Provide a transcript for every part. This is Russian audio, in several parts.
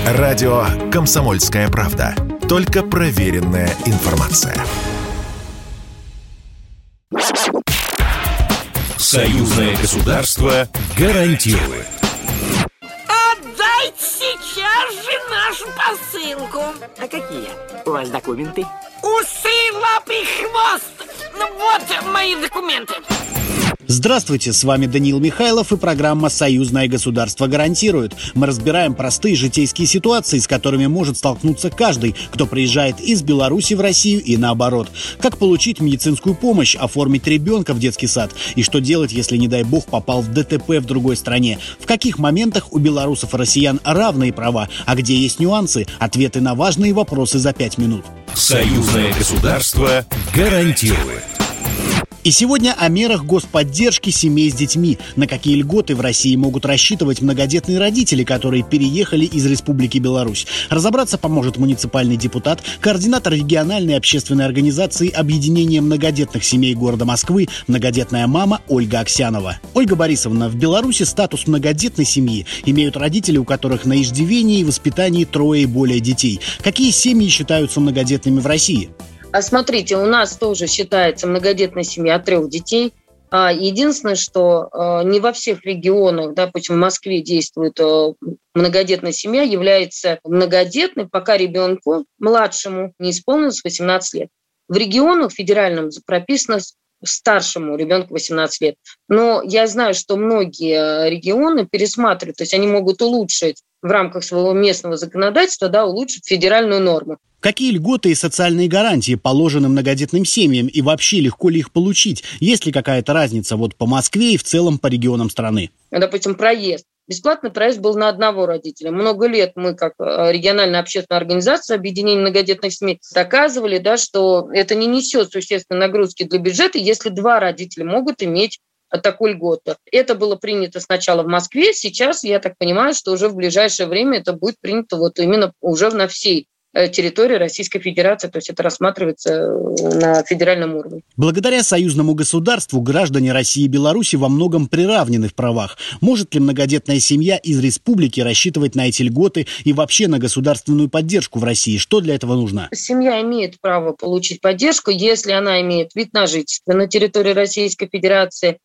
Радио «Комсомольская правда». Только проверенная информация. Союзное государство гарантирует. Отдайте сейчас же нашу посылку. А какие у вас документы? Усы, лапы, хвост. Ну вот мои документы. Здравствуйте, с вами Даниил Михайлов и программа «Союзное государство гарантирует». Мы разбираем простые житейские ситуации, с которыми может столкнуться каждый, кто приезжает из Беларуси в Россию и наоборот. Как получить медицинскую помощь, оформить ребенка в детский сад и что делать, если, не дай бог, попал в ДТП в другой стране. В каких моментах у белорусов и россиян равные права, а где есть нюансы, ответы на важные вопросы за 5 минут. Союзное государство гарантирует. И сегодня о мерах господдержки семей с детьми. На какие льготы в России могут рассчитывать многодетные родители, которые переехали из Республики Беларусь. Разобраться поможет муниципальный депутат, координатор региональной общественной организации Объединения многодетных семей города Москвы «Многодетная мама» Ольга Аксянова. Ольга Борисовна, в Беларуси статус многодетной семьи имеют родители, у которых на иждивении и воспитании 3 и более детей. Какие семьи считаются многодетными в России? Смотрите, у нас тоже считается многодетная семья от 3 детей. Единственное, что не во всех регионах, допустим, в Москве действует многодетная семья, является многодетной, пока ребенку младшему не исполнилось 18 лет. В регионах федеральном прописано старшему ребенку 18 лет. Но я знаю, что многие регионы пересматривают, то есть они могут улучшить в рамках своего местного законодательства, улучшить федеральную норму. Какие льготы и социальные гарантии положены многодетным семьям и вообще легко ли их получить? Есть ли какая-то разница по Москве и в целом по регионам страны? Допустим, проезд. Бесплатный проезд был на одного родителя. Много лет мы, как региональная общественная организация Объединения многодетных семей, доказывали, что это не несет существенной нагрузки для бюджета, если 2 родителя могут иметь такую льготу. Это было принято сначала в Москве, сейчас, я так понимаю, что уже в ближайшее время это будет принято именно уже на всей территории Российской Федерации, то есть это рассматривается на федеральном уровне. Благодаря союзному государству граждане России и Беларуси во многом приравнены в правах. Может ли многодетная семья из республики рассчитывать на эти льготы и вообще на государственную поддержку в России? Что для этого нужно? Семья имеет право получить поддержку, если она имеет вид на жительство на территории Российской Федерации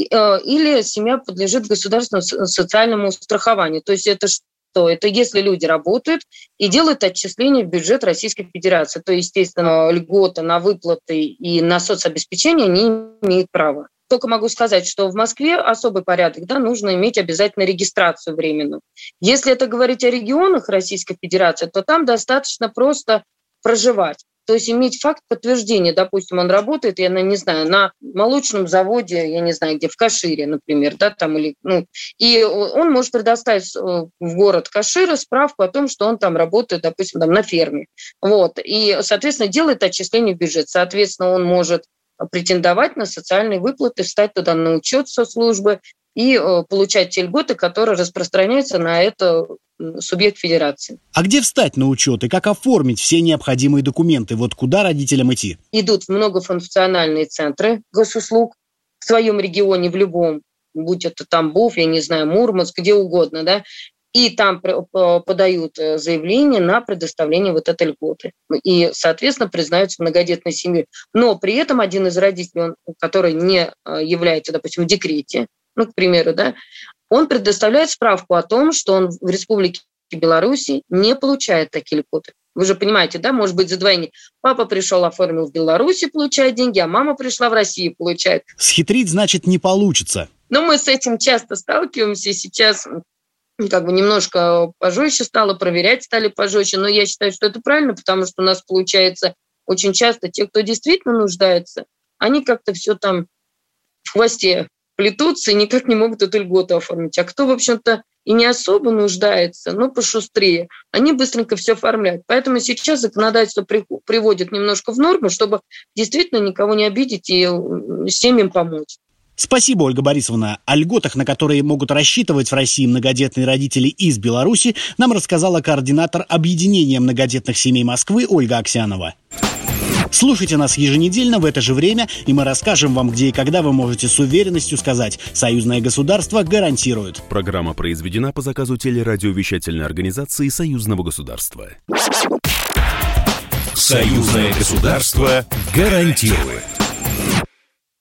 или семья подлежит государственному социальному страхованию. То есть это что? Это если люди работают и делают отчисления в бюджет Российской Федерации. То, естественно, льгота на выплаты и на соцобеспечение они имеют право. Только могу сказать, что в Москве особый порядок, нужно иметь обязательно регистрацию временную. Если это говорить о регионах Российской Федерации, то там достаточно просто проживать. То есть иметь факт подтверждения. Допустим, он работает, на молочном заводе, где, в Кашире, например, и он может предоставить в город Кашира справку о том, что он там работает, допустим, на ферме. И, соответственно, делает отчисление в бюджет. Соответственно, он может претендовать на социальные выплаты, встать туда на учет соцслужбы и получать те льготы, которые распространяются на это субъект федерации. А где встать на учет и как оформить все необходимые документы? Куда родителям идти? Идут в многофункциональные центры госуслуг в своем регионе, в любом, будь это Тамбов, Мурманск, где угодно, и там подают заявление на предоставление этой льготы. И, соответственно, признаются многодетной семьей. Но при этом один из родителей, который не является, допустим, в декрете, к примеру, он предоставляет справку о том, что он в Республике Беларусь не получает такие льготы. Вы же понимаете, может быть задвоение. Папа пришел, оформил в Беларуси, получает деньги, а мама пришла в Россию, получает. Схитрить, значит, не получится. Но мы с этим часто сталкиваемся. Сейчас немножко пожестче стало, проверять стали пожестче. Но я считаю, что это правильно, потому что у нас получается очень часто те, кто действительно нуждается, они как-то все там в хвосте плетутся и никак не могут эту льготу оформить. А кто, в общем-то, и не особо нуждается, но пошустрее, они быстренько все оформляют. Поэтому сейчас законодательство приводит немножко в норму, чтобы действительно никого не обидеть и семьям помочь. Спасибо, Ольга Борисовна. О льготах, на которые могут рассчитывать в России многодетные родители из Беларуси, нам рассказала координатор Объединения многодетных семей Москвы Ольга Аксянова. Слушайте нас еженедельно в это же время, и мы расскажем вам, где и когда вы можете с уверенностью сказать: «Союзное государство гарантирует». Программа произведена по заказу телерадиовещательной организации Союзного государства. Союзное государство гарантирует.